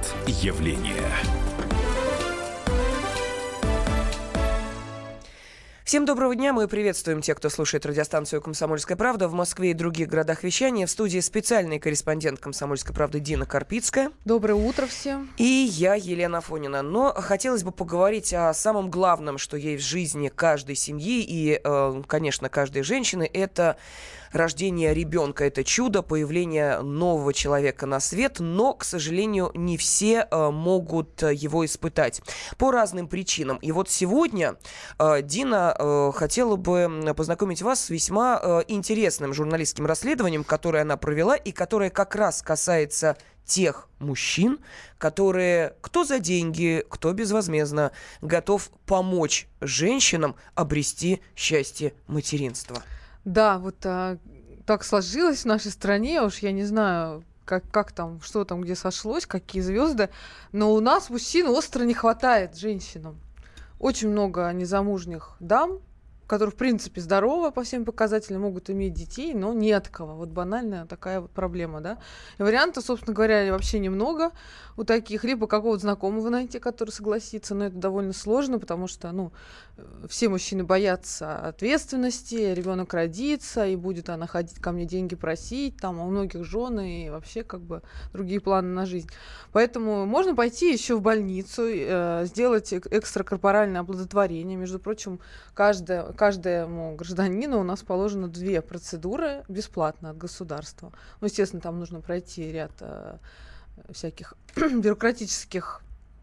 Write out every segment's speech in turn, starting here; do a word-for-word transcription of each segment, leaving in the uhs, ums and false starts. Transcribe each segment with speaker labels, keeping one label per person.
Speaker 1: явление.
Speaker 2: Всем доброго дня. Мы приветствуем тех, кто слушает радиостанцию «Комсомольская правда» в Москве и других городах вещания. В студии специальный корреспондент «Комсомольской правды» Дина Карпицкая.
Speaker 3: Доброе утро всем.
Speaker 2: И я, Елена Афонина. Но хотелось бы поговорить о самом главном, что есть в жизни каждой семьи и, э, конечно, каждой женщины. Это рождение ребенка, это чудо, появление нового человека на свет, но, к сожалению, не все э, могут его испытать по разным причинам. И вот сегодня э, Дина э, хотела бы познакомить вас с весьма э, интересным журналистским расследованием, которое она провела и которое как раз касается тех мужчин, которые кто за деньги, кто безвозмездно готов помочь женщинам обрести счастье материнства.
Speaker 3: Да, вот а, так сложилось в нашей стране, уж я не знаю, как, как там, что там, где сошлось, какие звезды, но у нас мужчин остро не хватает женщинам. Очень много незамужних дам, которые, в принципе, здоровы по всем показателям, могут иметь детей, но не от кого. Вот банальная такая вот проблема, да. И вариантов, собственно говоря, вообще немного у таких. Либо какого-то знакомого найти, который согласится, но это довольно сложно, потому что, ну, все мужчины боятся ответственности, ребенок родится, и будет она ходить ко мне деньги просить, там, а у многих жены и вообще, как бы, другие планы на жизнь. Поэтому можно пойти еще в больницу, э, сделать экстракорпоральное оплодотворение. Между прочим, каждая каждому гражданину у нас положено две процедуры бесплатно от государства. Ну, естественно, там нужно пройти ряд э, всяких бюрократических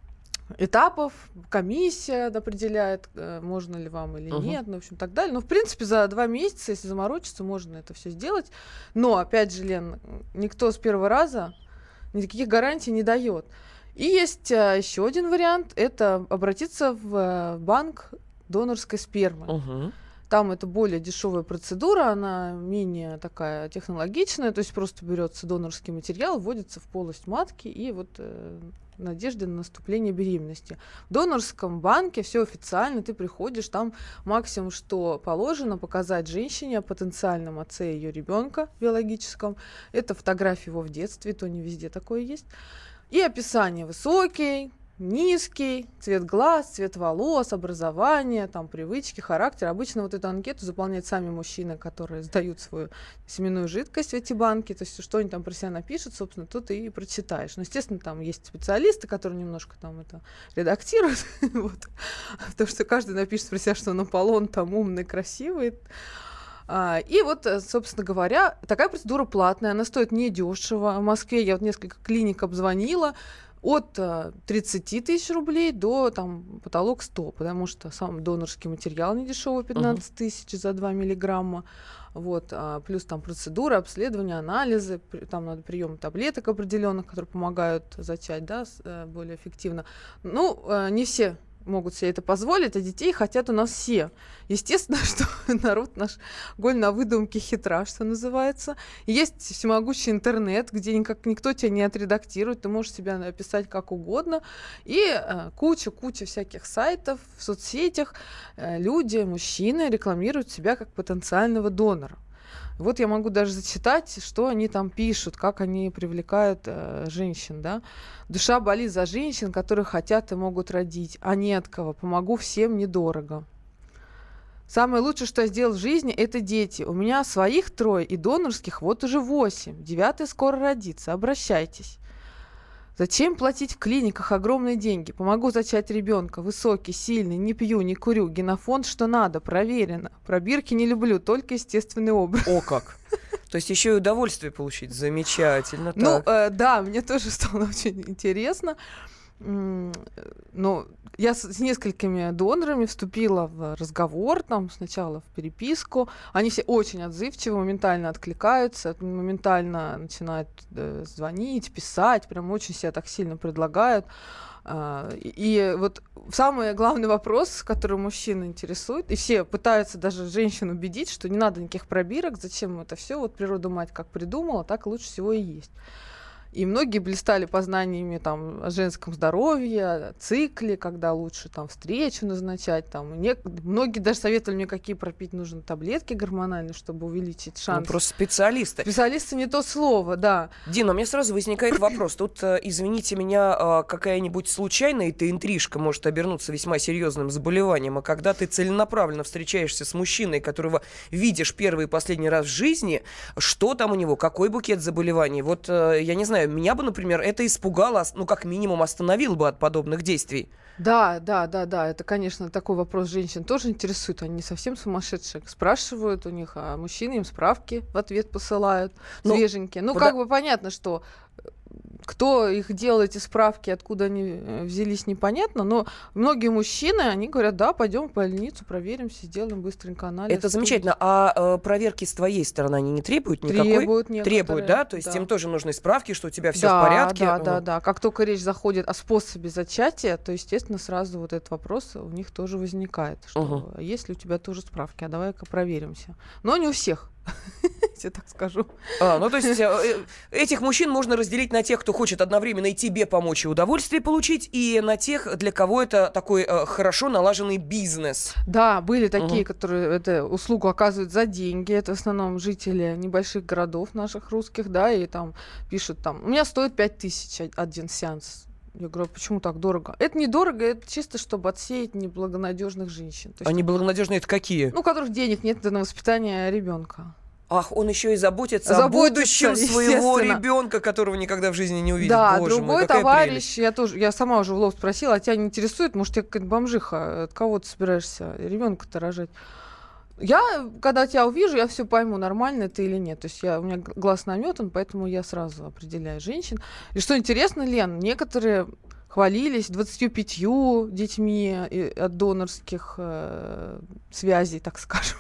Speaker 3: этапов, комиссия определяет, э, можно ли вам или uh-huh. нет, ну, в общем, так далее. Но, в принципе, за два месяца, если заморочиться, можно это все сделать. Но, опять же, Лен, никто с первого раза никаких гарантий не дает. И есть э, еще один вариант, это обратиться в э, банк донорской спермы. Uh-huh. Там это более дешевая процедура, она менее такая технологичная, то есть просто берется донорский материал, вводится в полость матки и вот э, надежда на наступление беременности. В донорском банке все официально, ты приходишь, там максимум, что положено, показать женщине о потенциальном отце ее ребенка биологическом. Это фотография его в детстве, то не везде такое есть. И описание: высокий, низкий, цвет глаз, цвет волос, образование, там, привычки, характер. Обычно вот эту анкету заполняют сами мужчины, которые сдают свою семенную жидкость в эти банки. То есть что они там про себя напишут, собственно, то ты и прочитаешь. Но, естественно, там есть специалисты, которые немножко там это редактируют. Вот. Потому что каждый напишет про себя, что он Аполлон, там, умный, красивый. И вот, собственно говоря, такая процедура платная, она стоит недешево. В Москве я вот несколько клиник обзвонила. От тридцати тысяч рублей до там, потолок сто, потому что сам донорский материал недешевый, пятнадцать тысяч за два миллиграмма. Вот, а плюс там процедуры, обследования, анализы, там надо прием таблеток определенных, которые помогают зачать, да, более эффективно. Ну, не все могут себе это позволить, а детей хотят у нас все. Естественно, что народ наш голь на выдумке хитра, что называется. Есть всемогущий интернет, где никак никто тебя не отредактирует, ты можешь себя написать как угодно. И э, куча-куча всяких сайтов в соцсетях. Э, люди, мужчины рекламируют себя как потенциального донора. Вот я могу даже зачитать, что они там пишут, как они привлекают э, женщин, да. Душа болит за женщин, которые хотят и могут родить, а не от кого. Помогу всем недорого. Самое лучшее, что я сделал в жизни, это дети. У меня своих трое и донорских вот уже восемь. Девятый скоро родится. Обращайтесь. Зачем платить в клиниках огромные деньги? Помогу зачать ребенка. Высокий, сильный, не пью, не курю. Генофонд что надо, проверено. Пробирки не люблю, только естественный образ.
Speaker 2: О как! То есть еще и удовольствие получить. Замечательно.
Speaker 3: Ну, э, да, мне тоже стало очень интересно. Но я с, с несколькими донорами вступила в разговор, там сначала в переписку. Они все очень отзывчивы, моментально откликаются, моментально начинают э, звонить, писать, прям очень себя так сильно предлагают. Uh, и, и вот самый главный вопрос, который мужчин интересует, и все пытаются даже женщин убедить, что не надо никаких пробирок, зачем это все, вот природа мать как придумала, так лучше всего и есть. И многие блистали познаниями там, о женском здоровье, о цикле, когда лучше там, встречу назначать. Там. Не... Многие даже советовали мне, какие пропить нужно таблетки гормональные, чтобы увеличить шанс.
Speaker 2: Ну, просто специалисты.
Speaker 3: Специалисты не то слово, да.
Speaker 2: Дина, у меня сразу возникает вопрос. Тут, извините меня, какая-нибудь случайная эта интрижка может обернуться весьма серьезным заболеванием. А когда ты целенаправленно встречаешься с мужчиной, которого видишь первый и последний раз в жизни, что там у него, какой букет заболеваний? Вот, я не знаю, меня бы, например, это испугало, ну, как минимум, остановило бы от подобных действий.
Speaker 3: Да, да, да, да, это, конечно, такой вопрос женщин тоже интересует. Они не совсем сумасшедшие. Спрашивают у них, а мужчины им справки в ответ посылают, ну, свеженькие. Ну, как да. бы понятно, что кто их делал, эти справки, откуда они взялись, непонятно, но многие мужчины, они говорят, да, пойдем в больницу, проверимся, сделаем быстренько анализ.
Speaker 2: Это замечательно. А э, проверки с твоей стороны они не требуют никакой?
Speaker 3: Требуют некоторые.
Speaker 2: Требуют, да? То есть да. им тоже нужны справки, что у тебя все
Speaker 3: да,
Speaker 2: в порядке?
Speaker 3: Да, да, да. Как только речь заходит о способе зачатия, то, естественно, сразу вот этот вопрос у них тоже возникает, что угу. есть ли у тебя тоже справки, а давай-ка проверимся. Но не у всех. Я так скажу.
Speaker 2: А, ну, то есть э, этих мужчин можно разделить на тех, кто хочет одновременно и тебе помочь, и удовольствие получить, и на тех, для кого это такой э, хорошо налаженный бизнес.
Speaker 3: Да, были такие, угу. которые эту услугу оказывают за деньги. Это в основном жители небольших городов наших русских, да, и там пишут там, у меня стоит пять тысяч один сеанс. Я говорю, почему так дорого? Это недорого, это чисто, чтобы отсеять неблагонадежных женщин. То есть,
Speaker 2: а неблагонадежные это какие?
Speaker 3: Ну, у которых денег нет на воспитание ребенка.
Speaker 2: Ах, он еще и заботится, заботится о будущем своего ребенка, которого никогда в жизни не увидит.
Speaker 3: Да,
Speaker 2: Боже
Speaker 3: другой
Speaker 2: мой,
Speaker 3: товарищ,
Speaker 2: прелесть.
Speaker 3: я тоже, я сама уже в лоб спросила, а тебя не интересует, может, тебе какая-то бомжиха, от кого ты собираешься ребенка-то рожать? Я, когда тебя увижу, я все пойму, нормально это или нет. То есть я, у меня глаз наметан, поэтому я сразу определяю женщин. И что интересно, Лен, некоторые хвалились двадцатью пятью детьми от донорских э, связей, так скажем.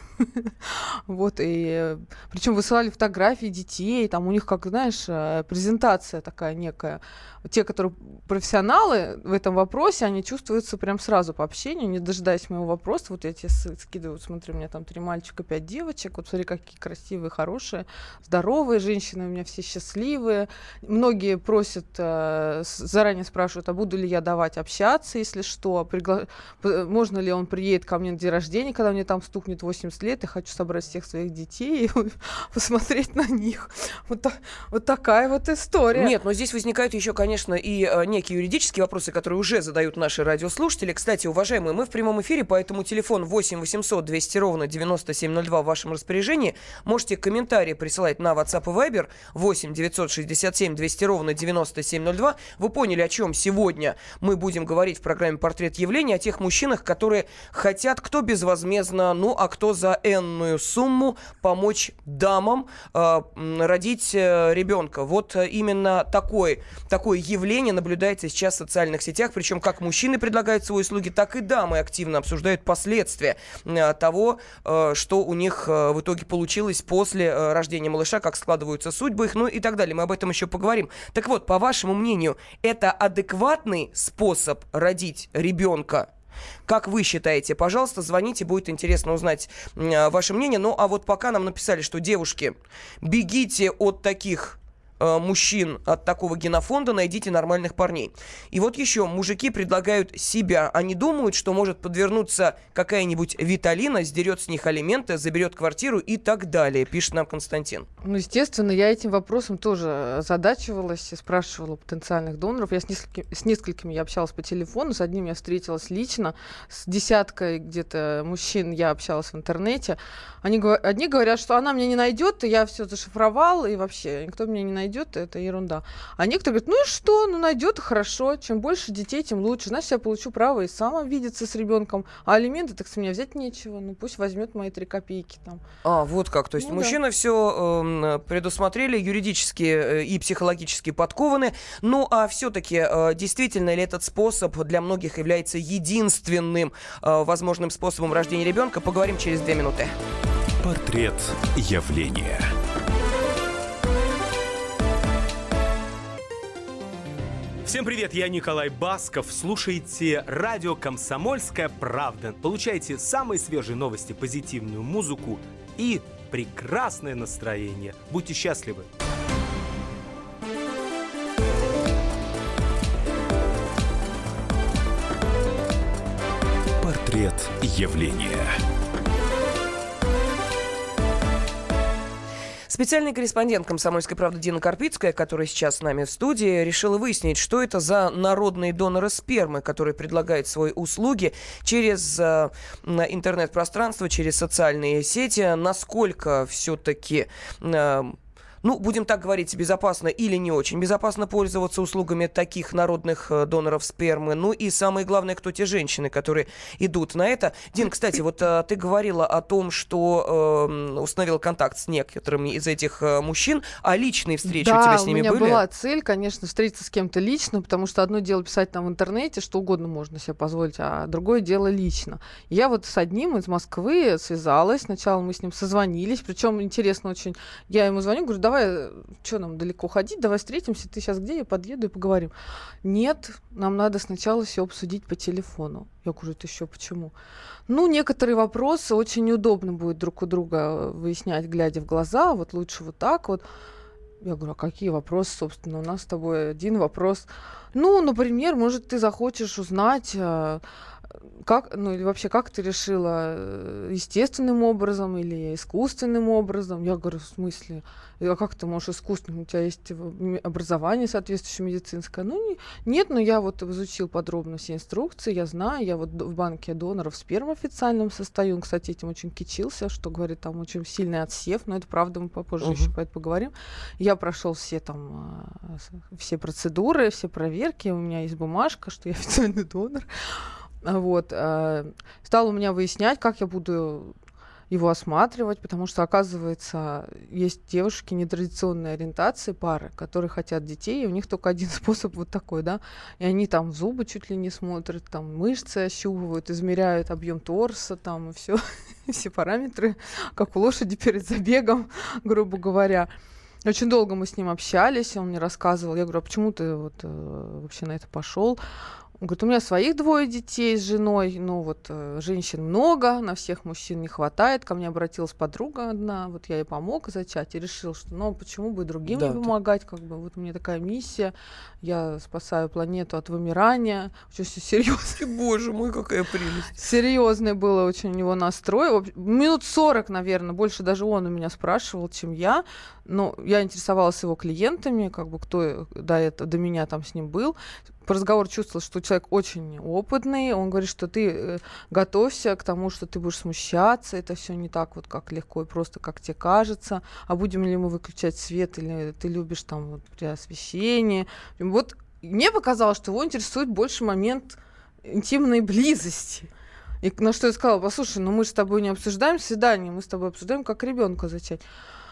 Speaker 3: Вот, и причем высылали фотографии детей, там у них, как знаешь, презентация такая некая. Те, которые профессионалы в этом вопросе, они чувствуются прям сразу по общению, не дожидаясь моего вопроса. Вот я тебе скидываю, смотри, у меня там три мальчика, пять девочек, вот смотри, какие красивые, хорошие, здоровые женщины, у меня все счастливые. Многие просят, э, заранее спрашивают, а буду ли я давать общаться, если что, пригла... можно ли он приедет ко мне на день рождения, когда мне там стукнет восемьдесят лет, я хочу собрать всех своих детей и посмотреть на них. Вот, та... вот такая вот история.
Speaker 2: Нет, но здесь возникают еще, конечно, Конечно, и э, некие юридические вопросы, которые уже задают наши радиослушатели. Кстати, уважаемые, мы в прямом эфире, поэтому телефон восемь восемьсот двести ровно девяносто семь ноль два в вашем распоряжении. Можете комментарии присылать на WhatsApp и Viber восемь девятьсот шестьдесят семь двести ровно девяносто семь ноль два. Вы поняли, о чем сегодня мы будем говорить в программе «Портрет явления», о тех мужчинах, которые хотят, кто безвозмездно, ну, а кто за энную сумму помочь дамам э, родить э, ребенка. Вот э, именно такой, такой явление наблюдается сейчас в социальных сетях, причем как мужчины предлагают свои услуги, так и дамы активно обсуждают последствия э, того, э, что у них э, в итоге получилось после э, рождения малыша, как складываются судьбы их, ну и так далее. Мы об этом еще поговорим. Так вот, по вашему мнению, это адекватный способ родить ребенка? Как вы считаете? Пожалуйста, звоните, будет интересно узнать э, ваше мнение. Ну а вот пока нам написали, что девушки, бегите от таких мужчин, от такого генофонда, найдите нормальных парней. И вот еще, мужики предлагают себя. Они думают, что может подвернуться какая-нибудь Виталина, сдерет с них алименты, заберет квартиру и так далее, пишет нам Константин.
Speaker 3: Ну, естественно, я этим вопросом тоже озадачивалась, спрашивала потенциальных доноров. Я с несколькими, с несколькими я общалась по телефону, с одним я встретилась лично, с десяткой где-то мужчин я общалась в интернете. Они, одни говорят, что она меня не найдет, и я все зашифровал, и вообще никто меня не найдет. Это ерунда. А некоторые говорят, ну и что, ну найдет, хорошо, чем больше детей, тем лучше, значит, я получу право и сам видеться с ребенком, а алименты так с меня взять нечего, ну пусть возьмет мои три копейки там.
Speaker 2: А, вот как, то есть ну, мужчины да. все э, предусмотрели, юридически э, и психологически подкованы, ну а все-таки э, действительно ли этот способ для многих является единственным э, возможным способом рождения ребенка, поговорим через две минуты.
Speaker 1: Портрет явления. Всем привет, я Николай Басков. Слушайте радио «Комсомольская правда». Получайте самые свежие новости, позитивную музыку и прекрасное настроение. Будьте счастливы.
Speaker 4: явление.
Speaker 2: Специальный корреспондент «Комсомольской правды» Дина Карпицкая, которая сейчас с нами в студии, решила выяснить, что это за народные доноры спермы, которые предлагают свои услуги через э, интернет-пространство, через социальные сети. Насколько все-таки... Э, Ну, будем так говорить, безопасно или не очень безопасно пользоваться услугами таких народных доноров спермы. Ну и самое главное, кто те женщины, которые идут на это. Дин, кстати, вот а, ты говорила о том, что э, установила контакт с некоторыми из этих э, мужчин, а личные встречи
Speaker 3: да,
Speaker 2: у тебя с ними
Speaker 3: были? Да, у
Speaker 2: были?
Speaker 3: меня была цель, конечно, встретиться с кем-то лично, потому что одно дело писать там в интернете, что угодно можно себе позволить, а другое дело лично. Я вот с одним из Москвы связалась, сначала мы с ним созвонились, причем интересно очень, я ему звоню, говорю, давай, что нам далеко ходить, давай встретимся, ты сейчас где, я подъеду и поговорим. Нет, нам надо сначала все обсудить по телефону. Я говорю, это еще почему? Ну, некоторые вопросы очень неудобно будет друг у друга выяснять, глядя в глаза, вот лучше вот так вот. Я говорю, а какие вопросы, собственно, у нас с тобой один вопрос. Ну, например, может, ты захочешь узнать... Как, ну или вообще, как ты решила, естественным образом или искусственным образом? Я говорю, в смысле? А как ты можешь искусственным? У тебя есть образование соответствующее медицинское? Ну, не, нет, но я вот изучил подробно все инструкции, я знаю, я вот в банке доноров сперм официальном состою. Он, кстати, этим очень кичился, что, говорит, там очень сильный отсев, но это правда, мы попозже uh-huh. еще по этому поговорим. Я прошел все там, все процедуры, все проверки, у меня есть бумажка, что я официальный донор. Вот. Стал у меня выяснять, как я буду его осматривать, потому что, оказывается, есть девушки нетрадиционной ориентации, пары, которые хотят детей, и у них только один способ вот такой, да, и они там в зубы чуть ли не смотрят, там мышцы ощупывают, измеряют объем торса, там, и все, все параметры, как у лошади перед забегом, грубо говоря. Очень долго мы с ним общались, он мне рассказывал, я говорю, а почему ты вот э, вообще на это пошел? Он говорит, у меня своих двое детей с женой, ну вот э, женщин много, на всех мужчин не хватает. Ко мне обратилась подруга одна, вот я ей помог зачать и решил, что ну почему бы другим да, не помогать, как бы вот у меня такая миссия, я спасаю планету от вымирания. Очень все серьезно.
Speaker 2: Боже мой, какая прелесть.
Speaker 3: Серьезный был очень у него настрой. Минут сорок, наверное, больше даже он у меня спрашивал, чем я. Но я интересовалась его клиентами, как бы кто до этого, до меня там с ним был. По разговору чувствовала, что человек очень опытный. Он говорит, что ты э, готовься к тому, что ты будешь смущаться. Это все не так вот как легко и просто, как тебе кажется. А будем ли мы выключать свет, или ты любишь там вот при освещении. Вот мне показалось, что его интересует больше момент интимной близости. И на что я сказала, послушай, ну мы же с тобой не обсуждаем свидание, мы с тобой обсуждаем, как ребенка зачать.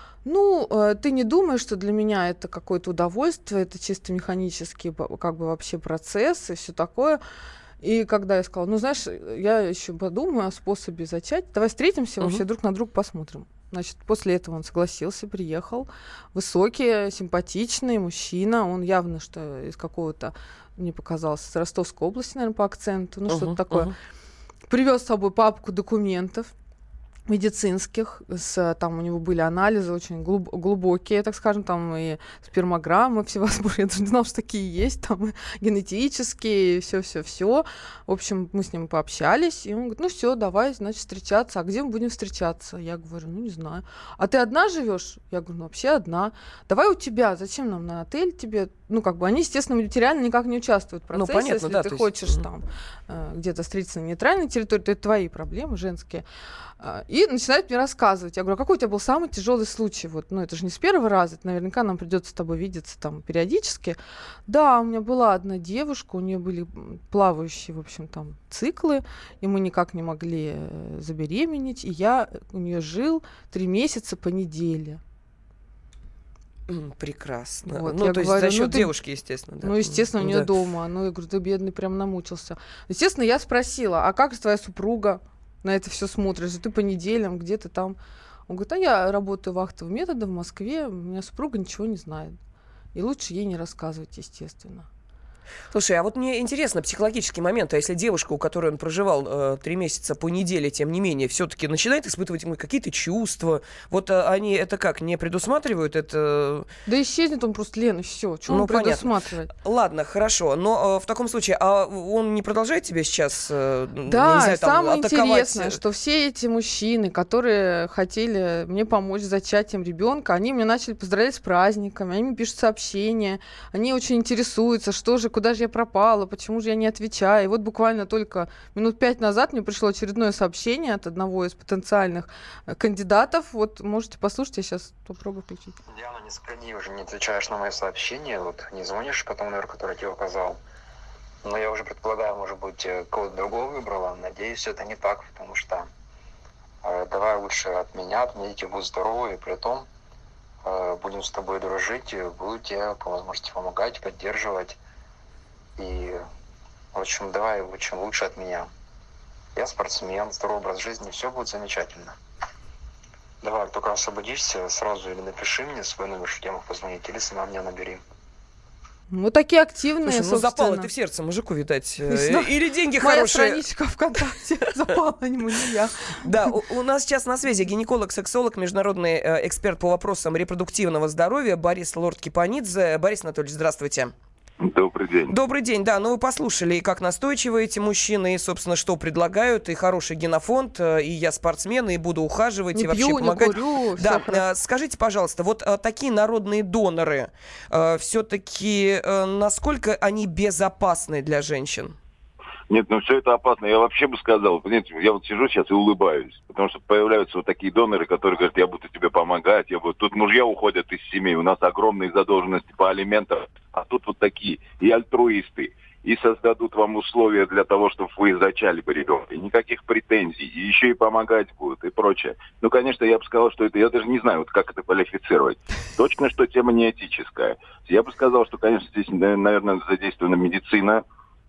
Speaker 3: Ну, э, ты не думаешь, что для меня это какое-то удовольствие, это чисто механический как бы вообще процесс и все такое. И когда я сказала, ну, знаешь, я еще подумаю о способе зачать, давай встретимся, uh-huh. вообще друг на друга посмотрим. Значит, после этого он согласился, приехал. Высокий, симпатичный мужчина, он явно, что из какого-то, мне показалось, с Ростовской области, наверное, по акценту, ну, uh-huh. что-то такое. Uh-huh. Привез с собой папку документов медицинских, с, там у него были анализы очень глуб- глубокие, так скажем, там и спермограммы всевозможные, я даже не знала, что такие есть, там генетические, все-все-все. В общем, мы с ним пообщались, и он говорит, ну все, давай, значит, встречаться. А где мы будем встречаться? Я говорю, ну не знаю. А ты одна живешь? Я говорю, ну вообще одна. Давай у тебя, зачем нам на отель тебе? Ну, как бы они, естественно, материально никак не участвуют в процессе. Ну, понятно, если да, ты хочешь есть... там э, где-то встретиться на нейтральной территории, то это твои проблемы женские. И начинает мне рассказывать. Я говорю, а какой у тебя был самый тяжелый случай? Вот, ну, это же не с первого раза, это наверняка нам придется с тобой видеться там периодически. Да, у меня была одна девушка, у нее были плавающие, в общем, там циклы, и мы никак не могли забеременеть, и я у нее жил три месяца по неделе.
Speaker 2: Прекрасно.
Speaker 3: Вот,
Speaker 2: ну, то
Speaker 3: говорю,
Speaker 2: есть за счет
Speaker 3: ну, ты...
Speaker 2: девушки, естественно. Да.
Speaker 3: Ну, естественно, у нее
Speaker 2: да.
Speaker 3: дома. Ну, я говорю, ты бедный, прям намучился. Естественно, я спросила, а как же твоя супруга на это все смотришь? Ты по неделям где-то там. Он говорит, а я работаю вахтовым методом в Москве, у меня супруга ничего не знает. И лучше ей не рассказывать, естественно.
Speaker 2: Слушай, а вот мне интересно, психологический момент, а если девушка, у которой он проживал э, три месяца по неделе, тем не менее, все-таки начинает испытывать ну, какие-то чувства, вот э, они это как, не предусматривают это?
Speaker 3: Да исчезнет он просто, Лена, все, что
Speaker 2: Ну,
Speaker 3: он
Speaker 2: понятно.
Speaker 3: предусматривает?
Speaker 2: Ладно, хорошо, но э, в таком случае, а он не продолжает тебя сейчас, э,
Speaker 3: Да,
Speaker 2: не знаю,
Speaker 3: и
Speaker 2: там,
Speaker 3: самое
Speaker 2: атаковать?
Speaker 3: интересное, что все эти мужчины, которые хотели мне помочь с зачатием ребенка, они меня начали поздравлять с праздниками, они мне пишут сообщения, они очень интересуются, что же, куда же я пропала, почему же я не отвечаю. И вот буквально только минут пять назад мне пришло очередное сообщение от одного из потенциальных э, кандидатов. Вот можете послушать, я сейчас попробую включить.
Speaker 4: Диана, несколько дней уже не отвечаешь на мои сообщения, вот не звонишь по тому номеру, который я тебе указал. Но я уже предполагаю, может быть, кого-то другого выбрала. Надеюсь, это не так, потому что э, давай лучше от меня, от меня дети будут здоровы, и при этом э, будем с тобой дружить, и буду тебе по возможности помогать, поддерживать. И, в общем, давай лучше, лучше от меня. Я спортсмен, здоровый образ жизни, все будет замечательно. Давай, как только освободишься, сразу или напиши мне свой номер, чтобы я мог позвонить, или сама меня набери.
Speaker 3: Вот такие активные,
Speaker 2: Слушай, ну запала
Speaker 3: собственно.
Speaker 2: ты в сердце мужику, видать.
Speaker 3: Не знаю.
Speaker 2: Или деньги
Speaker 3: Моя
Speaker 2: хорошие.
Speaker 3: страничка ВКонтакте запала ему, не я.
Speaker 2: Да, у, у нас сейчас на связи гинеколог, сексолог, международный э, эксперт по вопросам репродуктивного здоровья Борис Лорд-Кипанидзе. Борис Анатольевич, здравствуйте.
Speaker 5: Добрый день.
Speaker 2: Добрый день, да, ну вы послушали, и как настойчивы эти мужчины, и, собственно, что предлагают, и хороший генофонд, и я спортсмен, и буду ухаживать,
Speaker 3: Не
Speaker 2: и вообще
Speaker 3: пью,
Speaker 2: помогать.
Speaker 3: не курю,
Speaker 2: Да,
Speaker 3: всё хорошо.
Speaker 2: скажите, пожалуйста, вот а, такие народные доноры, а, все-таки а, насколько они безопасны для женщин?
Speaker 5: Нет, ну все это опасно. Я вообще бы сказал, понимаете, я вот сижу сейчас и улыбаюсь, потому что появляются вот такие доноры, которые говорят, я буду тебе помогать, я буду... Тут мужья уходят из семей, у нас огромные задолженности по алиментам, а тут вот такие и альтруисты, и создадут вам условия для того, чтобы вы зачали бы ребенка, и никаких претензий, и еще и помогать будут, и прочее. Ну, конечно, я бы сказал, что это, я даже не знаю, вот как это квалифицировать. Точно, что тема не этическая. Я бы сказал, что, конечно, здесь, наверное, задействована медицина,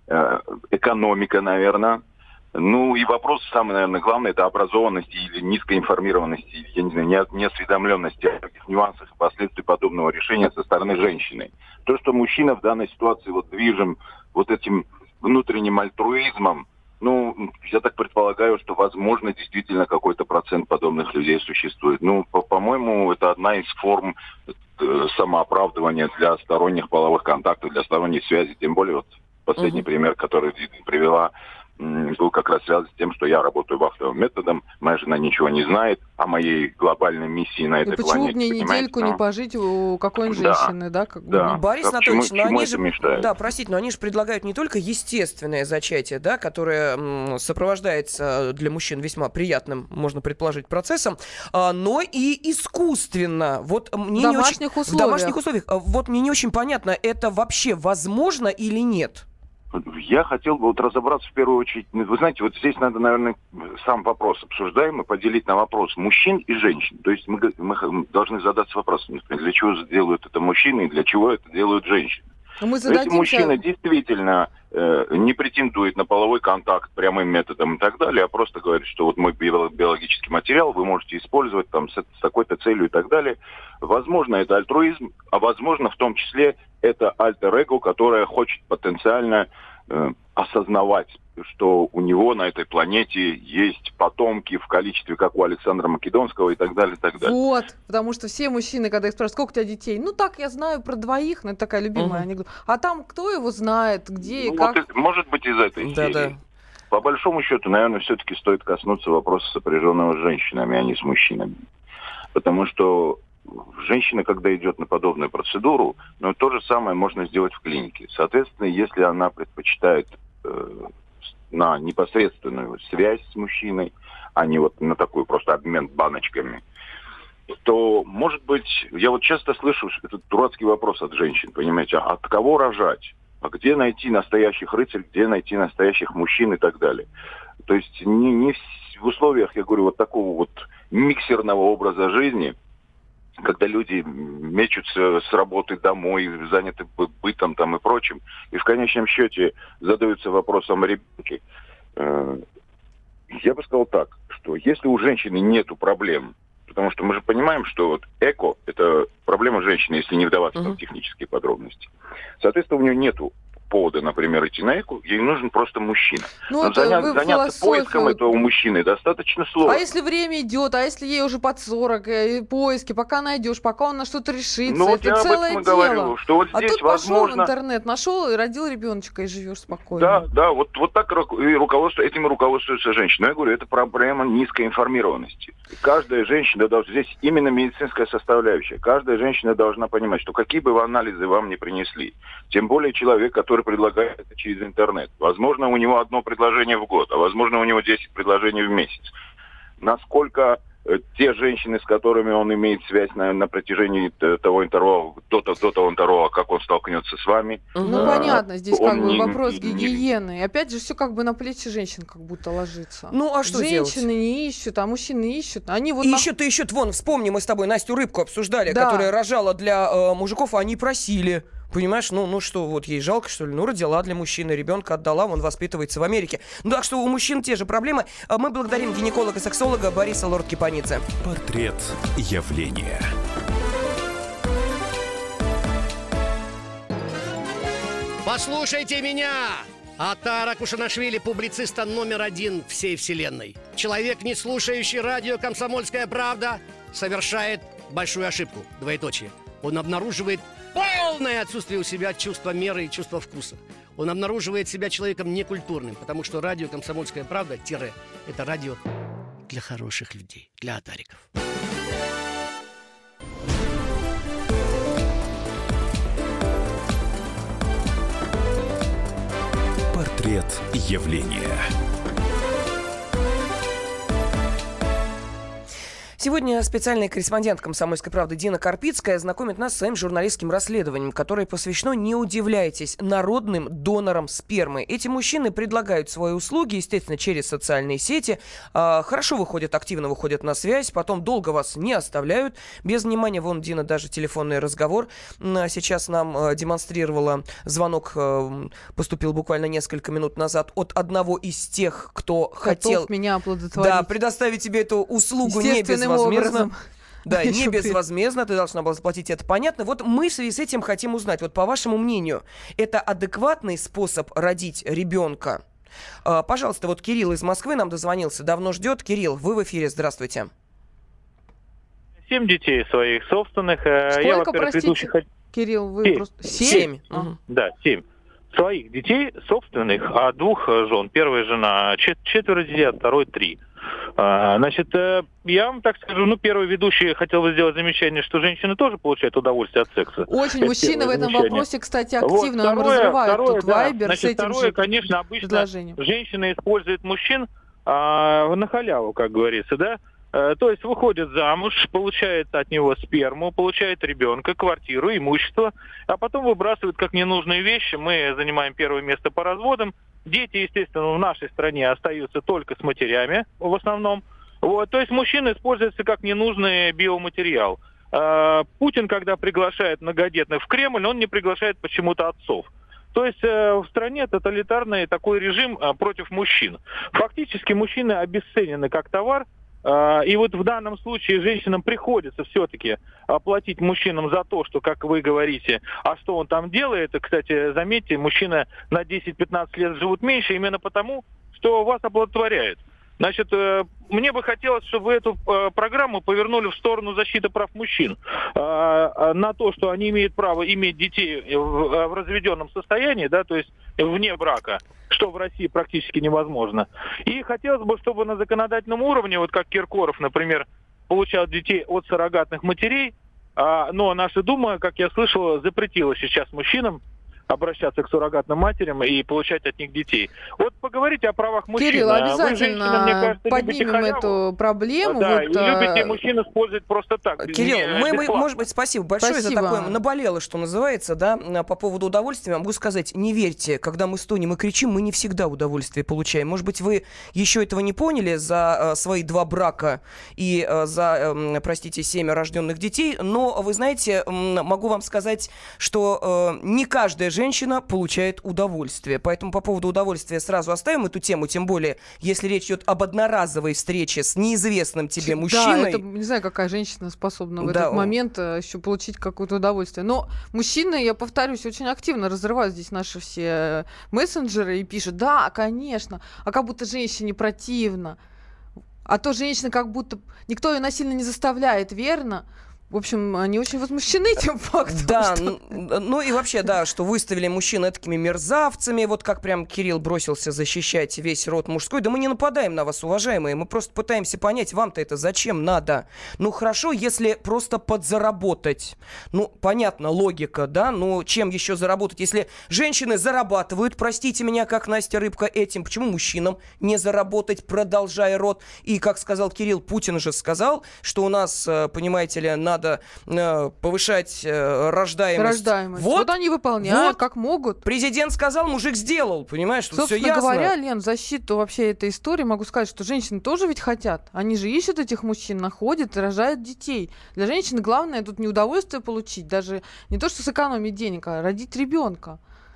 Speaker 5: экономика, наверное. Ну, и вопрос самый, наверное, главный, это образованности или низкой информированности, я не знаю, неосведомленности о таких нюансах и последствий подобного решения со стороны женщины. То, что мужчина в данной ситуации вот движим вот этим внутренним альтруизмом, ну, я так предполагаю, что, возможно, действительно какой-то процент подобных людей существует. Ну, по- по-моему, это одна из форм э, самооправдывания для сторонних половых контактов, для сторонней связи, тем более вот последний uh-huh. пример, который привела, был как раз связан с тем, что я работаю вахтовым методом, моя жена ничего не знает о моей глобальной миссии на этой
Speaker 3: Ну,
Speaker 5: планете.
Speaker 3: почему бы мне недельку
Speaker 5: но...
Speaker 3: не пожить у какой-нибудь
Speaker 5: Да.
Speaker 3: женщины, да? Как бы?
Speaker 5: Да.
Speaker 2: Борис
Speaker 5: А
Speaker 2: Анатольевич,
Speaker 5: почему-
Speaker 2: но
Speaker 5: чему
Speaker 2: они
Speaker 5: это
Speaker 2: же,
Speaker 5: мешает?
Speaker 2: да, простите, но они же предлагают не только естественное зачатие, да, которое м, сопровождается для мужчин весьма приятным, можно предположить, процессом, а, но и искусственно. Вот мне
Speaker 3: В
Speaker 2: не
Speaker 3: домашних
Speaker 2: очень...
Speaker 3: условиях.
Speaker 2: В домашних условиях. А, Вот мне не очень понятно, это вообще возможно или нет?
Speaker 5: Я хотел бы вот разобраться в первую очередь. Вы знаете, вот здесь надо, наверное, сам вопрос обсуждаемый поделить на вопрос мужчин и женщин. То есть мы, г- мы х- должны задаться вопросом, для чего делают это мужчины и для чего это делают женщины.
Speaker 3: Ну, мы
Speaker 5: Если
Speaker 3: зададимся...
Speaker 5: мужчина действительно э, не претендует на половой контакт прямым методом и так далее, а просто говорит, что вот мой био- биологический материал вы можете использовать там с, с такой-то целью и так далее, возможно, это альтруизм, а возможно, в том числе, это альтер-эго, которое хочет потенциально э, осознавать, что у него на этой планете есть потомки в количестве, как у Александра Македонского и так далее, и так далее.
Speaker 3: Вот, потому что все мужчины, когда их спрашивают, сколько у тебя детей, ну так, я знаю про двоих, ну это такая любимая
Speaker 2: Мгм.
Speaker 3: анекдот. А там кто его знает, где и
Speaker 5: Ну,
Speaker 3: как.
Speaker 5: вот это может быть из этой
Speaker 2: Да,
Speaker 5: серии.
Speaker 2: да.
Speaker 5: По большому счету, наверное, все-таки стоит коснуться вопроса, сопряженного с женщинами, а не с мужчинами. Потому что женщина, когда идет на подобную процедуру, ну, то же самое можно сделать в клинике. Соответственно, если она предпочитает э, на непосредственную связь с мужчиной, а не вот на такой просто обмен баночками, то, может быть, я вот часто слышу этот дурацкий вопрос от женщин, понимаете, а от кого рожать? А где найти настоящих рыцарей, где найти настоящих мужчин и так далее? То есть не, не в условиях, я говорю, вот такого вот миксерного образа жизни, когда люди мечутся с работы домой, заняты бы- бытом там и прочим, и в конечном счете задаются вопросом о ребенке. Э, Я бы сказал так, что если у женщины нету проблем, потому что мы же понимаем, что вот эко – это проблема женщины, если не вдаваться
Speaker 2: Мгм.
Speaker 5: в технические подробности. Соответственно, у нее нету повода, например, идти на ЭКО, ей нужен просто мужчина.
Speaker 3: Ну,
Speaker 5: Но
Speaker 3: это
Speaker 5: заня-
Speaker 3: вы
Speaker 5: заняться
Speaker 3: философию-
Speaker 5: поиском этого мужчины достаточно сложно.
Speaker 3: А если время идет, а если ей уже под сорок, и поиски, пока найдешь, пока он на что-то решится,
Speaker 5: Ну, вот
Speaker 3: это
Speaker 5: я об
Speaker 3: целое
Speaker 5: этом и
Speaker 3: дело.
Speaker 5: говорю, что вот
Speaker 3: А
Speaker 5: здесь,
Speaker 3: тут пошел в
Speaker 5: возможно...
Speaker 3: интернет, нашел и родил ребеночка, и живешь спокойно.
Speaker 5: Да, да, вот, вот так ру- и руководство, этим и руководствуются женщины. Но я говорю, это проблема низкой информированности. И каждая женщина должна, здесь именно медицинская составляющая, каждая женщина должна понимать, что какие бы вы анализы вам не принесли, тем более человек, который предлагает это через интернет. Возможно, у него одно предложение в год, а возможно, у него десять предложений в месяц. Насколько э, те женщины, с которыми он имеет связь на, на протяжении т- того интервала, до, до, до того интервала, как он столкнется с вами.
Speaker 3: Ну,
Speaker 5: э,
Speaker 3: понятно, здесь
Speaker 5: он
Speaker 3: как бы
Speaker 5: не-
Speaker 3: вопрос
Speaker 5: не- не-
Speaker 3: гигиены. И опять же, все как бы на плечи женщин как будто ложится.
Speaker 2: Ну, а что
Speaker 3: Женщины
Speaker 2: делать?
Speaker 3: не ищут, а мужчины ищут. Они вот
Speaker 2: И
Speaker 3: на-
Speaker 2: ищут и ищут. Вон, вспомни, мы с тобой Настю Рыбку обсуждали,
Speaker 3: Да.
Speaker 2: которая рожала для э, мужиков, а они просили. Понимаешь, ну, ну что, вот ей жалко, что ли? Ну, родила для мужчины, ребенка отдала, он воспитывается в Америке. Ну, так что у мужчин те же проблемы. А мы благодарим гинеколога-сексолога Бориса Лорд-Кипаницци.
Speaker 6: Портрет явления.
Speaker 7: Послушайте меня! Атара Кушанашвили, публициста номер один всей вселенной. Человек, не слушающий радио «Комсомольская правда», совершает большую ошибку, двоеточие. Он обнаруживает полное отсутствие у себя чувства меры и чувства вкуса. Он обнаруживает себя человеком некультурным, потому что радио «Комсомольская правда» тире – это радио для хороших людей, для атариков.
Speaker 6: Портрет явления.
Speaker 2: Сегодня специальный корреспондент «Комсомольской правды» Дина Карпицкая знакомит нас с своим журналистским расследованием, которое посвящено, не удивляйтесь, народным донорам спермы. Эти мужчины предлагают свои услуги, естественно, через социальные сети, а, хорошо выходят, активно выходят на связь, потом долго вас не оставляют без внимания. Вон, Дина, даже телефонный разговор м, сейчас нам а, демонстрировала. Звонок а, поступил буквально несколько минут назад от одного из тех, кто
Speaker 3: готов
Speaker 2: хотел
Speaker 3: меня оплодотворить.
Speaker 2: да, предоставить тебе эту услугу не
Speaker 3: Естественным
Speaker 2: безвозмездно.
Speaker 3: образом.
Speaker 2: Да, не
Speaker 3: Хочу
Speaker 2: безвозмездно, ты должна была заплатить, это понятно. Вот мы в связи с этим хотим узнать, вот по вашему мнению, это адекватный способ родить ребенка? А, пожалуйста, вот Кирилл из Москвы нам дозвонился, давно ждет. Кирилл, вы в эфире, здравствуйте.
Speaker 8: Семь детей своих собственных. Э,
Speaker 3: Сколько,
Speaker 8: Я, во-первых,
Speaker 3: простите?
Speaker 8: ведущий... хот-
Speaker 3: Кирилл, вы
Speaker 8: Семь.
Speaker 3: просто...
Speaker 2: Семь.
Speaker 3: А.
Speaker 2: Мгм.
Speaker 8: Да, семь. Своих детей собственных, а двух э, жен. Первая жена чет- четверо детей, а второй три. А, Значит, э, я вам так скажу, ну, первый ведущий хотел бы сделать замечание, что женщины тоже получают удовольствие от секса.
Speaker 3: Очень
Speaker 8: Это
Speaker 3: мужчины в
Speaker 8: первое
Speaker 3: этом
Speaker 8: замечание.
Speaker 3: вопросе, кстати,
Speaker 8: Вот,
Speaker 3: активно нам
Speaker 8: второе-
Speaker 3: разрывают
Speaker 8: второе,
Speaker 3: тут
Speaker 8: да.
Speaker 3: вайбер
Speaker 8: Значит,
Speaker 3: с этим
Speaker 8: второе,
Speaker 3: же
Speaker 8: конечно, обычно
Speaker 3: предложением.
Speaker 8: женщина использует мужчин а, на халяву, как говорится, да? Э, То есть выходит замуж, получает от него сперму, получает ребенка, квартиру, имущество, а потом выбрасывает как ненужные вещи. Мы занимаем первое место по разводам. Дети, естественно, в нашей стране остаются только с матерями в основном. Вот, то есть мужчина используется как ненужный биоматериал. Э, Путин, когда приглашает многодетных в Кремль, он не приглашает почему-то отцов. То есть э, в стране тоталитарный такой режим э, против мужчин. Фактически мужчины обесценены как товар. Э, и вот в данном случае женщинам приходится все-таки оплатить мужчинам за то, что, как вы говорите, а что он там делает. Кстати, заметьте, мужчины на десять-пятнадцать лет живут меньше именно потому, что вас оплодотворяют. Значит, э, мне бы хотелось, чтобы вы эту э, программу повернули в сторону защиты прав мужчин. Э, э, на то, что они имеют право иметь детей в, э, в разведенном состоянии, да, то есть вне брака, что в России практически невозможно. И хотелось бы, чтобы на законодательном уровне, вот как Киркоров, например, получал детей от суррогатных матерей, э, но наша Дума, как я слышал, запретила сейчас мужчинам обращаться к суррогатным матерям и получать от них детей. Вот поговорите о правах мужчин.
Speaker 3: Кирилл,
Speaker 8: Вы,
Speaker 3: обязательно
Speaker 8: женщина, мне кажется, любите
Speaker 3: поднимем
Speaker 8: халяву.
Speaker 3: эту проблему.
Speaker 8: Да,
Speaker 3: вот,
Speaker 8: и любите
Speaker 3: а,
Speaker 8: мужчин использовать просто так. без-
Speaker 2: Кирилл,
Speaker 8: не-
Speaker 2: мы, мы,
Speaker 8: бесплатно.
Speaker 2: может быть, спасибо большое
Speaker 3: Спасибо.
Speaker 2: за такое наболело, что называется, да, по поводу удовольствия. Могу сказать, не верьте, когда мы стонем и кричим, мы не всегда удовольствие получаем. Может быть, вы еще этого не поняли за э, свои два брака и э, за, э, простите, семя рожденных детей, но, вы знаете, э, могу вам сказать, что э, не каждая женщина женщина получает удовольствие. Поэтому по поводу удовольствия сразу оставим эту тему, тем более, если речь идет об одноразовой встрече с неизвестным тебе мужчиной.
Speaker 3: Да, это, не знаю, какая женщина способна в
Speaker 2: Да,
Speaker 3: этот
Speaker 2: он-
Speaker 3: момент э, еще получить какое-то удовольствие. Но мужчины, я повторюсь, очень активно разрывают здесь наши все мессенджеры и пишут: да, конечно, а как будто женщине противно. А то женщина как будто... Никто ее насильно не заставляет, верно? В общем, они очень возмущены тем фактом.
Speaker 2: Да,
Speaker 3: что-
Speaker 2: н- ну и вообще, да, что выставили мужчин такими мерзавцами, вот как прям Кирилл бросился защищать весь род мужской. Да мы не нападаем на вас, уважаемые, мы просто пытаемся понять, вам-то это зачем надо. Ну хорошо, если просто подзаработать. Ну, понятно, логика, да, но чем еще заработать? Если женщины зарабатывают, простите меня, как Настя Рыбка, этим, почему мужчинам не заработать, продолжая род? И, как сказал Кирилл, Путин же сказал, что у нас, э, понимаете ли, надо э, повышать э, рождаемость.
Speaker 3: Рождаемость.
Speaker 2: Вот,
Speaker 3: Вот они выполняют,
Speaker 2: вот.
Speaker 3: как могут.
Speaker 2: Президент сказал, мужик сделал, понимаешь, что все
Speaker 3: Собственно
Speaker 2: ясно.
Speaker 3: говоря, Лен, в защиту вообще этой истории могу сказать, что женщины тоже ведь хотят. Они же ищут этих мужчин, находят и рожают детей. Для женщины главное тут не удовольствие получить, даже не то, что сэкономить денег, а родить ребенка.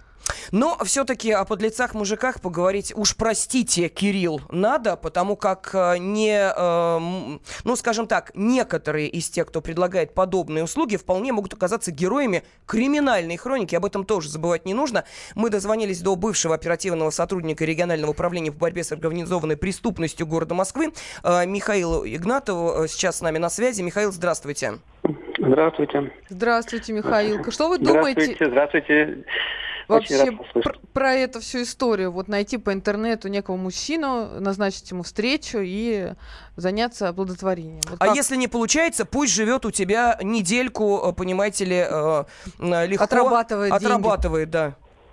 Speaker 2: Но все-таки о подлецах-мужиках поговорить, уж простите, Кирилл, надо, потому как э, не, э, м, ну, скажем так, некоторые из тех, кто предлагает подобные услуги, вполне могут оказаться героями криминальной хроники. Об этом тоже забывать не нужно. Мы дозвонились до бывшего оперативного сотрудника регионального управления по борьбе с организованной преступностью города Москвы э, Михаилу Игнатову. Сейчас с нами на связи. Михаил, здравствуйте.
Speaker 9: Здравствуйте.
Speaker 3: Здравствуйте, Михаил. Что вы думаете?
Speaker 9: Здравствуйте, здравствуйте.
Speaker 3: Вообще
Speaker 9: Очень рад вас слышать.
Speaker 3: про, про эту всю историю, вот найти по интернету некого мужчину, назначить ему встречу и заняться оплодотворением. Вот
Speaker 2: А
Speaker 3: как-
Speaker 2: если не получается, пусть живет у тебя недельку, э, понимаете ли, э, э, легко.
Speaker 3: Отрабатывает деньги.
Speaker 2: Отрабатывает, да.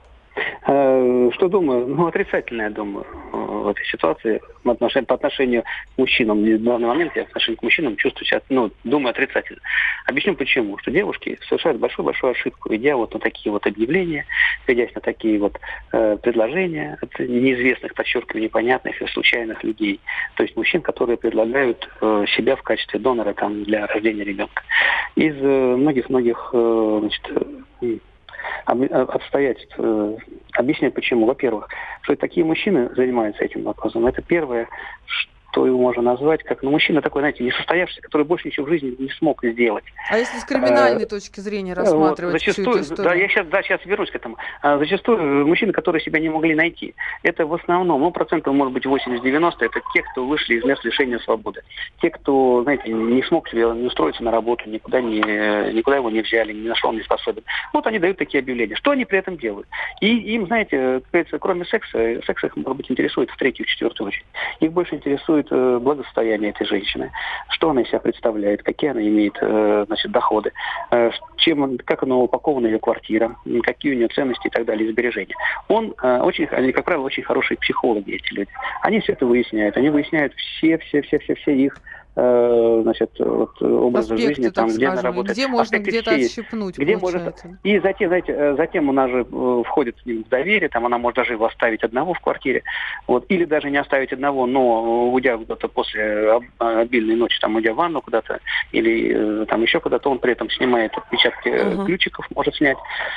Speaker 9: Э, Что думаю? Ну, отрицательно, я думаю, э, в этой ситуации в отношении, по отношению к мужчинам. В данный момент я в отношении к мужчинам чувствую себя, ну, думаю отрицательно. Объясню почему. Что девушки совершают большую-большую ошибку, идя вот на такие вот объявления, ведясь на такие вот э, предложения от неизвестных, подчеркиваю, непонятных и случайных людей. То есть мужчин, которые предлагают э, себя в качестве донора там, для рождения ребенка. Из э, многих-многих э, значит, э, обстоятельств. Объясню почему. Во-первых, что такие мужчины занимаются этим вопросом. Это первое, что его можно назвать как, ну, мужчина такой, знаете, несостоявшийся, который больше ничего в жизни не смог сделать.
Speaker 3: А если с криминальной
Speaker 9: Э,
Speaker 3: точки зрения
Speaker 9: Вот,
Speaker 3: рассматривать всю
Speaker 9: зачастую,
Speaker 3: эту историю?
Speaker 9: да, я сейчас, да, сейчас вернусь к этому. А, зачастую мужчины, которые себя не могли найти, это в основном, ну, процентов может быть восемьдесят-девяносто, это те, кто вышли из мест лишения свободы. Те, кто, знаете, не смог себе не устроиться на работу, никуда, не, никуда его не взяли, не нашел, не способен. Вот они дают такие объявления. Что они при этом делают? И им, знаете, как говорится, кроме секса, секс их, может быть, интересует в третью, четвертую очередь. Их больше интересует э, благосостояние этой женщины, что она из себя представляет, какие она имеет э, значит, доходы, э, чем, как она упакована, ее квартира, какие у нее ценности и так далее, и сбережения. Он э, очень, они, как правило, очень хорошие психологи, эти люди. Они все это выясняют, они выясняют все-все-все-все их э, значит, вот, образы
Speaker 3: Аспекты,
Speaker 9: жизни, там,
Speaker 3: так
Speaker 9: где
Speaker 3: скажем,
Speaker 9: она работает.
Speaker 3: где можно
Speaker 9: Аспекты
Speaker 3: где-то
Speaker 9: все есть.
Speaker 3: отщипнуть,
Speaker 9: Где
Speaker 3: получается.
Speaker 9: может... И затем, знаете, э, затем она же э, входит с ним в доверие, там она может даже его оставить одного в квартире, вот, или даже не оставить одного, но уйдя куда-то после об- обильной ночи, там, уйдя в ванну куда-то, или э, там еще куда-то, он при этом снимает отпечатки э,
Speaker 2: Мгм.
Speaker 9: ключиков, может снять.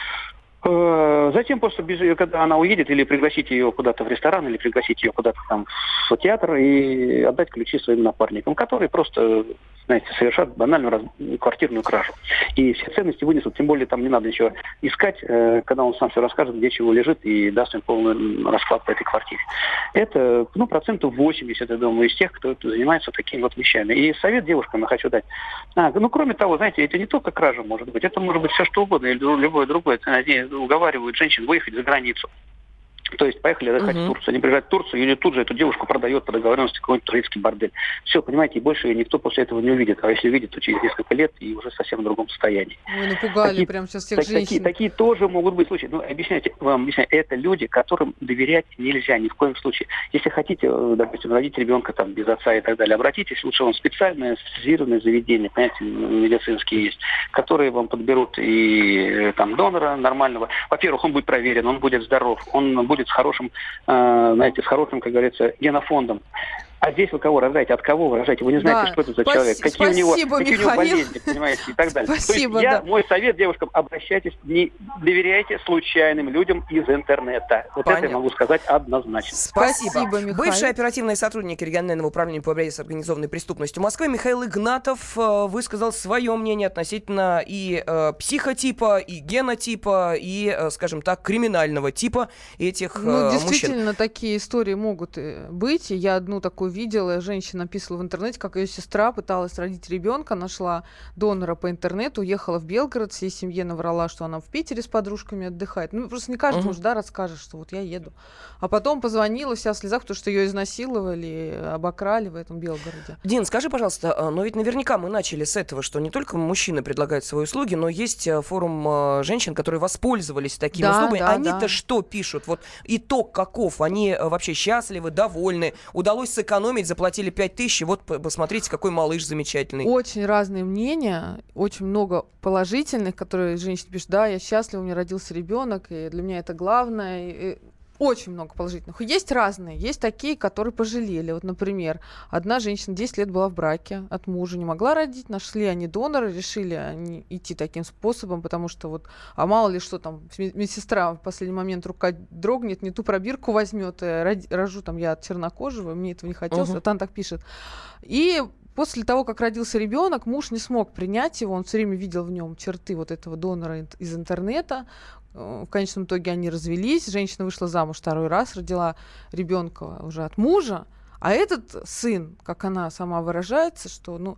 Speaker 9: Э, Затем просто, без- когда она уедет, или пригласить ее куда-то в ресторан, или пригласить ее куда-то там в театр и отдать ключи своим напарникам, которые просто, знаете, совершат банальную раз- квартирную кражу. И все ценности вынесут, тем более там не надо ничего искать, э, когда он сам все расскажет, где чего лежит, и даст им полный расклад по этой квартире. Это, ну, процентов восемьдесят, я думаю, из тех, кто занимается такими вот вещами. И совет девушкам я хочу дать. А, ну, кроме того, знаете, это не только кража может быть, это может быть все что угодно, или любое другое. Они уговаривают женщин выехать за границу. То есть поехали отдыхать
Speaker 2: Мгм.
Speaker 9: в Турцию. Они приезжают в Турцию, или тут же эту девушку продает по договоренности какой-нибудь турецкий бордель. Все, понимаете, и больше ее никто после этого не увидит. А если увидит, то через несколько лет и уже совсем в другом состоянии.
Speaker 3: Вы напугали
Speaker 9: Такие-
Speaker 3: прям сейчас всех
Speaker 9: Так-
Speaker 3: женщин.
Speaker 9: такие, такие тоже могут быть случаи. Ну, объясняйте, вам объясняю, это люди, которым доверять нельзя ни в коем случае. Если хотите, э, допустим, родить ребенка там без отца и так далее, обратитесь лучше в специальное специализированное заведение, понимаете, медицинские есть, которые вам подберут и э, там донора нормального. Во-первых, он будет проверен, он будет здоров, он будет с хорошим, э, знаете, с хорошим, как говорится, генофондом. А здесь вы кого рожаете? От кого вы рожаете? Вы не знаете,
Speaker 3: Да.
Speaker 9: что это за
Speaker 3: Спас-
Speaker 9: человек, какие у него,
Speaker 3: спасибо,
Speaker 9: какие у него
Speaker 3: Михаил.
Speaker 9: болезни, понимаете, и так далее.
Speaker 3: Спасибо,
Speaker 9: То есть я,
Speaker 3: да.
Speaker 9: мой совет девушкам, обращайтесь, не доверяйте случайным людям из интернета. Вот
Speaker 2: Понятно.
Speaker 9: это я могу сказать однозначно.
Speaker 2: Спасибо.
Speaker 3: Спасибо, Михаил.
Speaker 2: Бывший оперативный сотрудник регионального управления по борьбе с организованной преступностью Москвы Михаил Игнатов э, высказал свое мнение относительно и э, психотипа, и генотипа, и, э, скажем так, криминального типа этих э,
Speaker 3: Ну,
Speaker 2: мужчин.
Speaker 3: действительно, такие истории могут э, быть. И я одну такую видела. Женщина писала в интернете, как ее сестра пыталась родить ребенка, нашла донора по интернету, уехала в Белгород, всей семье наврала, что она в Питере с подружками отдыхает. Ну, просто не каждому
Speaker 2: Мгм.
Speaker 3: же, да, расскажешь, что вот я еду. А потом позвонила вся в слезах, потому что ее изнасиловали, обокрали в этом Белгороде.
Speaker 2: Дин, скажи, пожалуйста, э, но ведь наверняка мы начали с этого, что не только мужчины предлагают свои услуги, но есть э, форум э, женщин, которые воспользовались такими
Speaker 3: Да,
Speaker 2: услугами.
Speaker 3: да,
Speaker 2: Они-то
Speaker 3: да.
Speaker 2: что пишут? Вот итог каков? Они э, вообще счастливы, довольны? Удалось сэкономить, заплатили пять тысяч, и вот п- посмотрите, какой малыш замечательный.
Speaker 3: Очень разные мнения, очень много положительных, которые женщины пишут, да, я счастлива, у меня родился ребенок, и для меня это главное. И- и очень много положительных. Есть разные. Есть такие, которые пожалели. Вот, например, одна женщина десять лет была в браке от мужа, не могла родить, нашли они донора, решили они идти таким способом, потому что вот, а мало ли что там, ме- медсестра в последний момент рука дрогнет, не ту пробирку возьмет, э, роди- рожу там я от чернокожего, мне этого не хотелось,
Speaker 2: Мгм.
Speaker 3: вот она так пишет. И после того, как родился ребенок, муж не смог принять его, он все время видел в нем черты вот этого донора ин- из интернета. Э, В конечном итоге они развелись, женщина вышла замуж второй раз, родила ребенка уже от мужа, а этот сын, как она сама выражается, что ну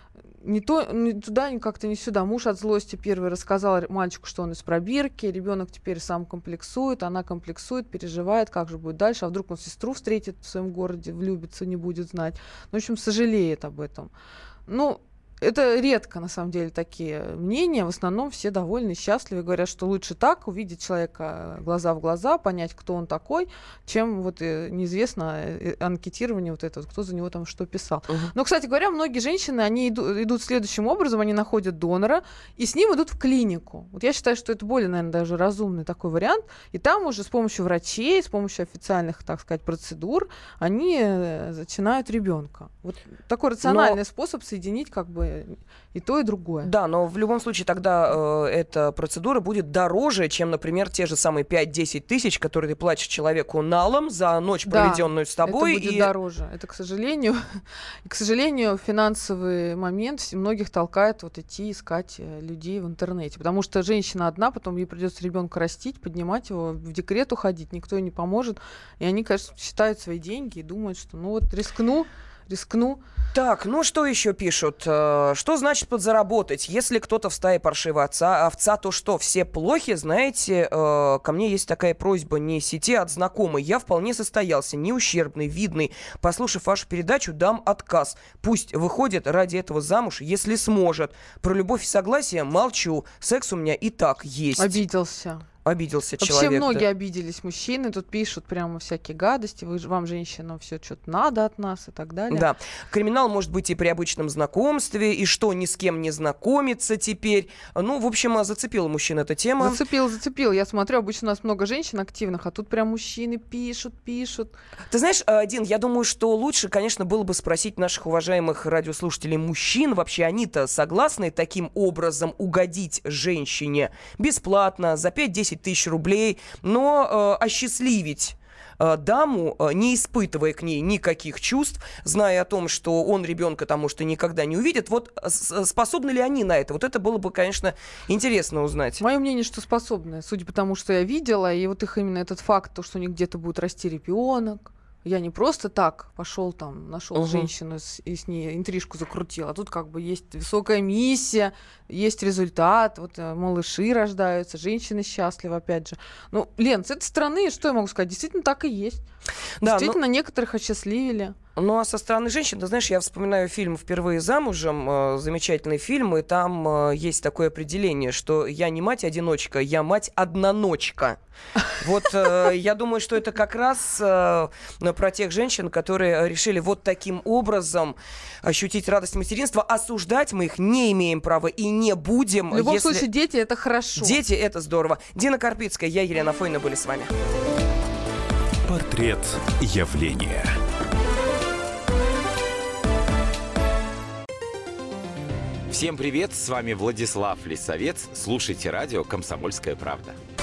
Speaker 3: не то, ни туда, ни как-то не сюда. Муж от злости первый рассказал р- мальчику, что он из пробирки, ребенок теперь сам комплексует, она комплексует, переживает, как же будет дальше, а вдруг он сестру встретит в своем городе, влюбится, не будет знать. Ну, в общем, сожалеет об этом. Ну, это редко, на самом деле, такие мнения. В основном все довольны, счастливы. Говорят, что лучше так, увидеть человека глаза в глаза, понять, кто он такой, чем вот э, неизвестно э, анкетирование вот это, вот, кто за него там что писал.
Speaker 2: Мгм.
Speaker 3: Но, кстати говоря, многие женщины, они иду- идут следующим образом, они находят донора и с ним идут в клинику. Вот я считаю, что это более, наверное, даже разумный такой вариант. И там уже с помощью врачей, с помощью официальных, так сказать, процедур они э, начинают ребенка. Вот такой рациональный способ соединить как бы и то, и другое.
Speaker 2: Да, но в любом случае тогда э, эта процедура будет дороже, чем, например, те же самые пять-десять тысяч, которые ты платишь человеку налом за ночь,
Speaker 3: Да,
Speaker 2: проведенную с тобой.
Speaker 3: Это будет
Speaker 2: и...
Speaker 3: дороже. Это, к сожалению, и, к сожалению, финансовый момент вс- многих толкает вот идти искать э, людей в интернете. Потому что женщина одна, потом ей придется ребенка растить, поднимать его, в декрет уходить, никто ей не поможет. И они, конечно, считают свои деньги и думают, что ну вот рискну, рискну.
Speaker 2: Так, ну что еще пишут? Э, Что значит подзаработать? Если кто-то в стае паршивая отца, овца, то что, все плохи? Знаете, э, ко мне есть такая просьба не сети, а от знакомой. Я вполне состоялся, не ущербный, видный. Послушав вашу передачу, дам отказ. Пусть выходит ради этого замуж, если сможет. Про любовь и согласие молчу. Секс у меня и так есть.
Speaker 3: Обиделся.
Speaker 2: Обиделся
Speaker 3: Вообще
Speaker 2: человек.
Speaker 3: многие
Speaker 2: да.
Speaker 3: обиделись. Мужчины тут пишут прямо всякие гадости. Вы, ж- вам, женщинам, все что-то надо от нас и так далее.
Speaker 2: Да. Криминал может быть и при обычном знакомстве, и что, ни с кем не знакомиться теперь. Ну, в общем, зацепила мужчин эта тема.
Speaker 3: Зацепил, зацепил. Я смотрю, обычно у нас много женщин активных, а тут прям мужчины пишут, пишут.
Speaker 2: Ты знаешь, э, Дин, я думаю, что лучше, конечно, было бы спросить наших уважаемых радиослушателей мужчин, вообще они-то согласны таким образом угодить женщине бесплатно, за пять-десять тысяч рублей, но э, осчастливить э, даму, э, не испытывая к ней никаких чувств, зная о том, что он ребенка там, может, и никогда не увидит. Вот э, с- способны ли они на это? Вот это было бы, конечно, интересно узнать.
Speaker 3: Мое мнение, что способны, судя по тому, что я видела, и вот их именно этот факт, то, что у них где-то будет расти ребенок. Я не просто так пошел там, нашел
Speaker 2: Мгм.
Speaker 3: женщину с- и с ней интрижку закрутил, а тут как бы есть высокая миссия, есть результат, вот э, малыши рождаются, женщины счастливы, опять же. Ну, Лен, с этой стороны, что я могу сказать, действительно так и есть.
Speaker 2: Да,
Speaker 3: Действительно, некоторых осчастливили.
Speaker 2: Ну, а со стороны женщин, ты знаешь, я вспоминаю фильм «Впервые замужем», э, замечательный фильм, и там э, есть такое определение, что я не мать-одиночка, я мать-одноночка. Вот э, я думаю, что это как раз э, про тех женщин, которые решили вот таким образом ощутить радость материнства. Осуждать мы их не имеем права и не будем.
Speaker 3: В любом
Speaker 2: если-
Speaker 3: случае, дети — это хорошо.
Speaker 2: Дети — это здорово. Дина Карпицкая, я, Елена Фойна, были с вами.
Speaker 6: Портрет явления.
Speaker 10: Всем привет, с вами Владислав Лисовец. Слушайте радио «Комсомольская правда».